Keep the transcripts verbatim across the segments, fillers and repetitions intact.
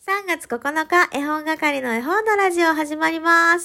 さんがつここのか、絵本係の絵本のラジオ始まります。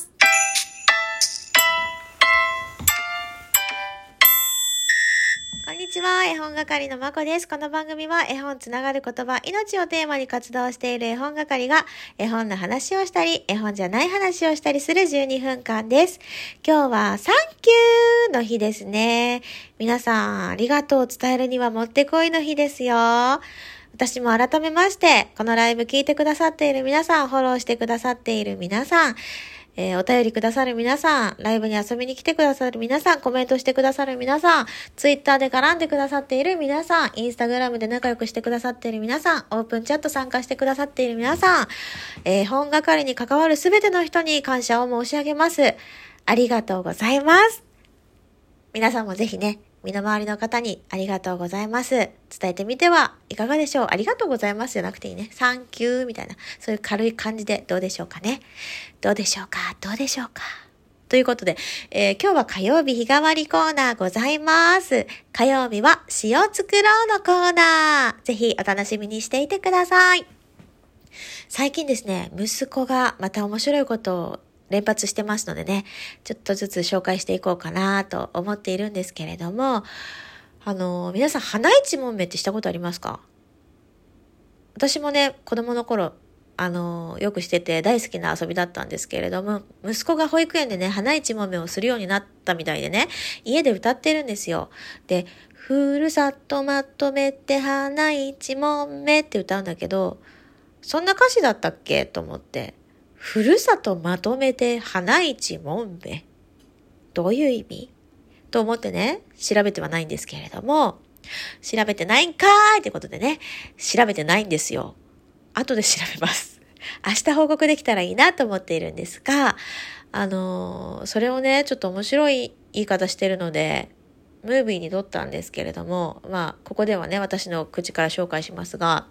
こんにちは、絵本係のまこです。この番組は絵本つながる言葉、命をテーマに活動している絵本係が絵本の話をしたり、絵本じゃない話をしたりするじゅうにふんかんです。今日はサンキューの日ですね。皆さんありがとうを伝えるにはもってこいの日ですよ。私も改めまして、このライブ聞いてくださっている皆さん、フォローしてくださっている皆さん、えー、お便りくださる皆さん、ライブに遊びに来てくださる皆さん、コメントしてくださる皆さん、ツイッターで絡んでくださっている皆さん、インスタグラムで仲良くしてくださっている皆さん、オープンチャット参加してくださっている皆さん、えー、本係に関わるすべての人に感謝を申し上げます。ありがとうございます。皆さんもぜひね、身の回りの方にありがとうございます。伝えてみてはいかがでしょう。ありがとうございますじゃなくていいね。サンキューみたいな、そういう軽い感じでどうでしょうかね。どうでしょうかどうでしょうかということで、えー、今日は火曜日日替わりコーナーございます。火曜日は詩を作ろうのコーナー。ぜひお楽しみにしていてください。最近ですね、息子がまた面白いことを連発してますのでね、ちょっとずつ紹介していこうかなと思っているんですけれども、あの、皆さん、花一問目ってしたことありますか？私もね、子供の頃、あの、よくしてて大好きな遊びだったんですけれども、息子が保育園でね、花一問目をするようになったみたいでね、家で歌ってるんですよ。で、ふるさとまとめて花一問目って歌うんだけど、そんな歌詞だったっけと思って、ふるさとまとめて花一問目。どういう意味と思ってね、調べてはないんですけれども、調べてないんかーいってことでね、調べてないんですよ。後で調べます。明日報告できたらいいなと思っているんですが、あのー、それをね、ちょっと面白い言い方してるので、ムービーに撮ったんですけれども、まあ、ここではね、私の口から紹介しますが、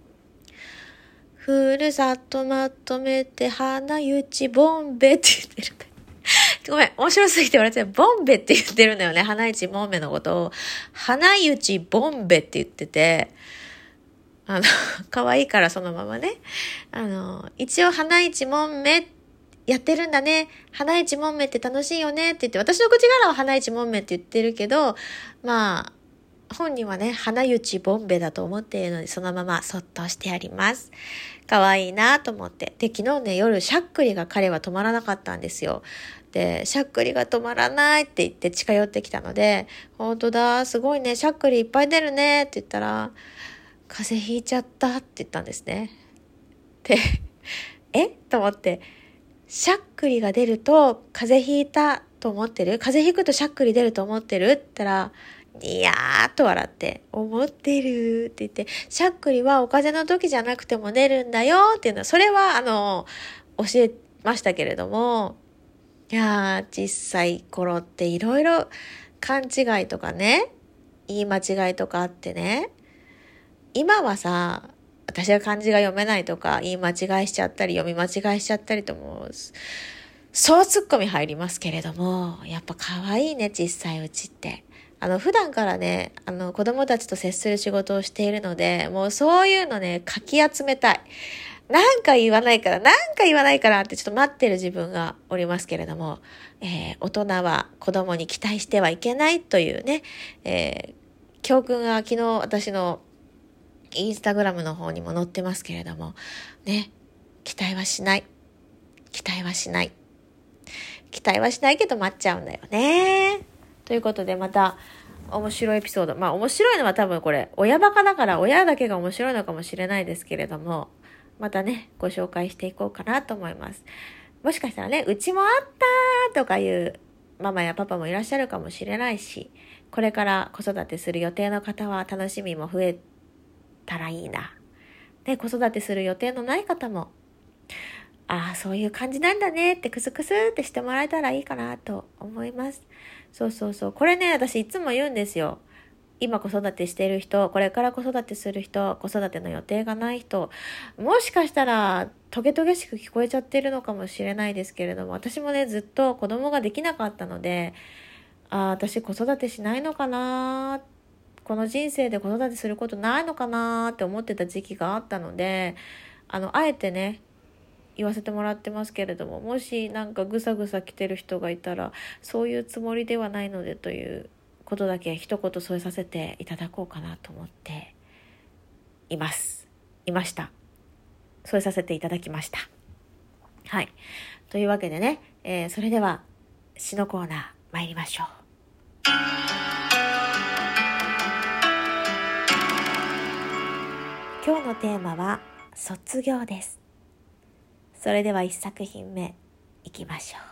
ふるさとまとめて花ゆちボンベって言ってる。ごめん、面白すぎて笑っちゃう。ボンベって言ってるんだよね。花一ボンベのことを。花ゆちボンベって言ってて、あの、可愛いからそのままね。あの、一応花一もんめやってるんだね。花一もんめって楽しいよねって言って、私の口からは花一もんめって言ってるけど、まあ、本人はね、花ゆちボンベだと思っているので、そのままそっとしてあります。可愛いなと思って。で、昨日ね、夜しゃっくりが彼は止まらなかったんですよ。で、しゃっくりが止まらないって言って近寄ってきたので、本当だ、すごいね、しゃっくりいっぱい出るねって言ったら、風邪ひいちゃったって言ったんですね。で、えと思って、しゃっくりが出ると風邪ひいたと思ってる？風邪ひくとしゃっくり出ると思ってるって言ったら、いやーっと笑って、思ってるって言って、しゃっくりはお風邪の時じゃなくても出るんだよっていうのは、それはあの、教えましたけれども、いやー、小さい頃っていろいろ勘違いとかね、言い間違いとかあってね、今はさ、私は漢字が読めないとか、言い間違いしちゃったり、読み間違いしちゃったりとも、そうツッコミ入りますけれども、やっぱ可愛いね、小さいうちって。あの、普段からね、あの、子供たちと接する仕事をしているので、もうそういうのね、かき集めたい。なんか言わないから、なんか言わないからってちょっと待ってる自分がおりますけれども、えー、大人は子供に期待してはいけないというね、えー、教訓が昨日私のインスタグラムの方にも載ってますけれども、ね、期待はしない。期待はしない。期待はしないけど待っちゃうんだよね。ということでまた面白いエピソード。まあ面白いのは多分これ、親バカだから親だけが面白いのかもしれないですけれども、またね、ご紹介していこうかなと思います。もしかしたらね、うちもあったとかいうママやパパもいらっしゃるかもしれないし、これから子育てする予定の方は楽しみも増えたらいいな。で、子育てする予定のない方も、ああ、そういう感じなんだねってクスクスってしてもらえたらいいかなと思います。そうそうそう。これね、私いつも言うんですよ。今子育てしている人、これから子育てする人、子育ての予定がない人、もしかしたらトゲトゲしく聞こえちゃってるのかもしれないですけれども、私もね、ずっと子供ができなかったので、ああ、私子育てしないのかな、この人生で子育てすることないのかなって思ってた時期があったので、 あの、あえてね、言わせてもらってますけれども、もしなんかぐさぐさ来てる人がいたら、そういうつもりではないのでということだけ一言添えさせていただこうかなと思っています。いました。添えさせていただきました。はい。というわけでね、えー、それでは詩のコーナー参りましょう。今日のテーマは卒業です。それでは一作品目いきましょう。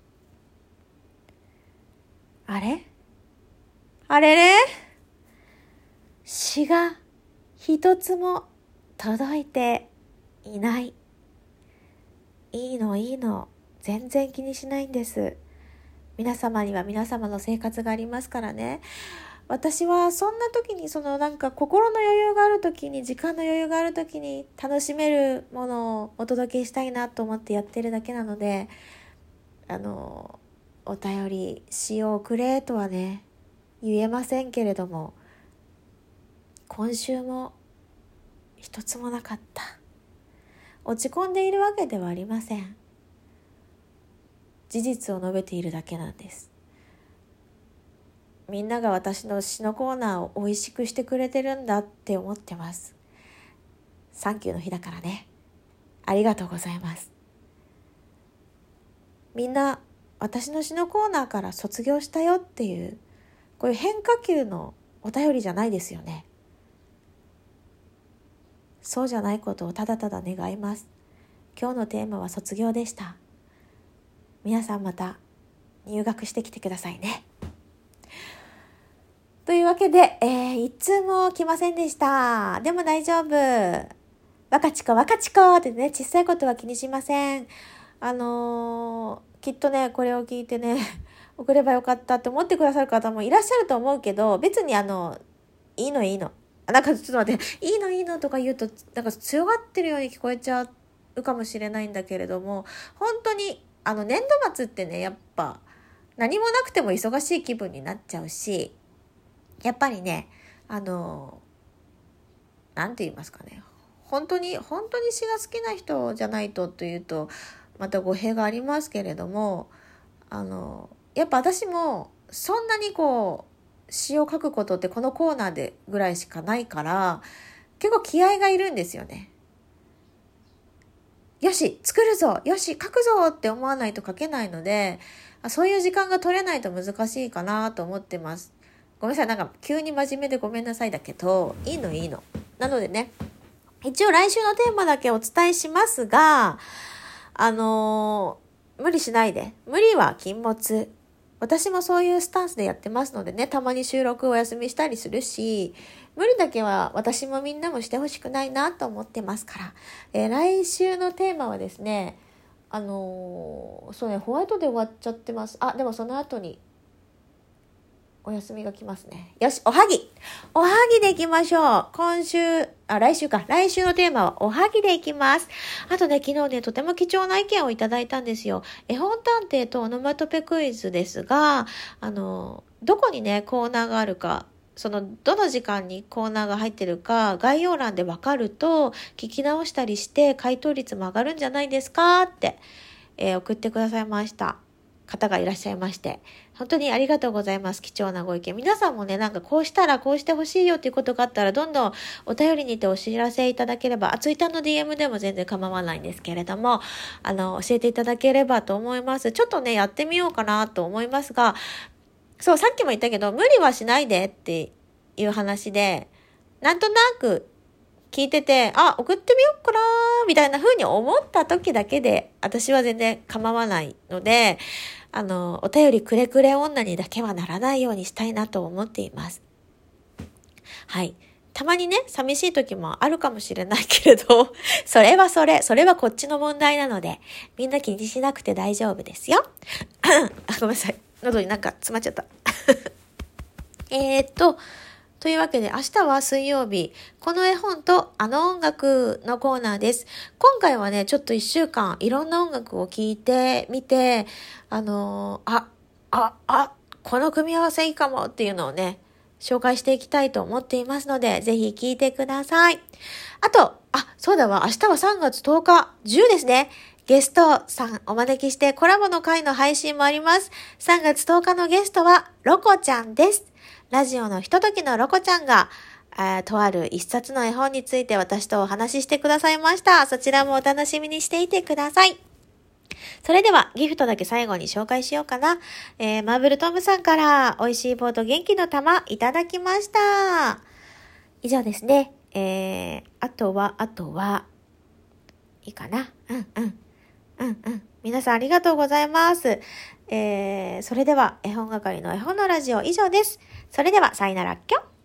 あれあれれ詩が一つも届いていない。いいのいいの、全然気にしないんです。皆様には皆様の生活がありますからね。私はそんな時に、そのなんか心の余裕がある時に、時間の余裕がある時に楽しめるものをお届けしたいなと思ってやってるだけなので、あのお便り詩をくれとはね言えませんけれども、今週も一つもなかった。落ち込んでいるわけではありません。事実を述べているだけなんです。みんなが私の詩のコーナーを美味しくしてくれてるんだって思ってます。サンキューの日だからね。ありがとうございます。みんな私の詩のコーナーから卒業したよっていう、こういう変化球のお便りじゃないですよね。そうじゃないことをただただ願います。今日のテーマは卒業でした。皆さんまた入学してきてくださいね。というわけで、えー、一通も来ませんでした。でも大丈夫。若ちこ若ちこってね、小さいことは気にしません。あのー、きっとね、これを聞いてね、送ればよかったって思ってくださる方もいらっしゃると思うけど、別にあの、いいのいいの。なんかちょっと待って、いいのいいのとか言うと、なんか強がってるように聞こえちゃうかもしれないんだけれども、本当に、あの、年度末ってね、やっぱ、何もなくても忙しい気分になっちゃうし、やっぱりね、あの、なんて言いますかね、本当に、本当に詩が好きな人じゃないとというと、また語弊がありますけれども、あの、やっぱ私も、そんなにこう、詩を書くことってこのコーナーでぐらいしかないから、結構気合がいるんですよね。よし、作るぞ、よし、書くぞって思わないと書けないので、そういう時間が取れないと難しいかなと思ってます。ごめんなさい、なんか急に真面目でごめんなさいだけど、いいのいいの。なのでね、一応来週のテーマだけお伝えしますが、あのー、無理しないで。無理は禁物。私もそういうスタンスでやってますのでね、たまに収録お休みしたりするし、無理だけは私もみんなもしてほしくないなと思ってますから。えー、来週のテーマはですね、あのー、そうね、ホワイトで終わっちゃってます。あ、でもその後に、お休みが来ますね。よし、おはぎおはぎでいきましょう。今週、あ、来週か。来週のテーマはおはぎでいきます。あとね、昨日ね、とても貴重な意見をいただいたんですよ。絵本探偵とオノマトペクイズですが、あの、どこにね、コーナーがあるか、その、どの時間にコーナーが入ってるか、概要欄でわかると、聞き直したりして、回答率も上がるんじゃないですかって、えー、送ってくださいました方がいらっしゃいまして、本当にありがとうございます。貴重なご意見。皆さんもね、なんかこうしたらこうしてほしいよっていうことがあったら、どんどんお便りにてお知らせいただければ、ツイッターの ディーエム でも全然構わないんですけれども、あの、教えていただければと思います。ちょっとね、やってみようかなと思いますが、そう、さっきも言ったけど、無理はしないでっていう話で、なんとなく聞いてて、あ、送ってみようかなみたいな風に思った時だけで、私は全然構わないので、あの、お便りくれくれ女にだけはならないようにしたいなと思っています。はい。たまにね、寂しい時もあるかもしれないけれど、それはそれ、それはこっちの問題なので、みんな気にしなくて大丈夫ですよ。あ、ごめんなさい。喉になんか詰まっちゃった。えーっと、というわけで明日は水曜日、この絵本とあの音楽のコーナーです。今回はね、ちょっと一週間いろんな音楽を聴いてみて、あのー、あ、あ、あ、この組み合わせいいかもっていうのをね、 紹介していきたいと思っていますので、ぜひ聞いてください。あと、あ、そうだわ、明日はさんがつとおか、じゅうですね。ゲストさんお招きしてコラボの回の配信もあります。さんがつとおかのゲストはロコちゃんです。ラジオのひとときのロコちゃんが、えー、とある一冊の絵本について私とお話ししてくださいました。そちらもお楽しみにしていてください。それではギフトだけ最後に紹介しようかな。えー、マーブルトムさんから美味しい棒と元気の玉いただきました。以上ですね。えー、あとは、あとは、いいかな。うんうん。うんうん。皆さんありがとうございます。えー、それでは絵本係の絵本のラジオ以上です。それではさよならっきょ。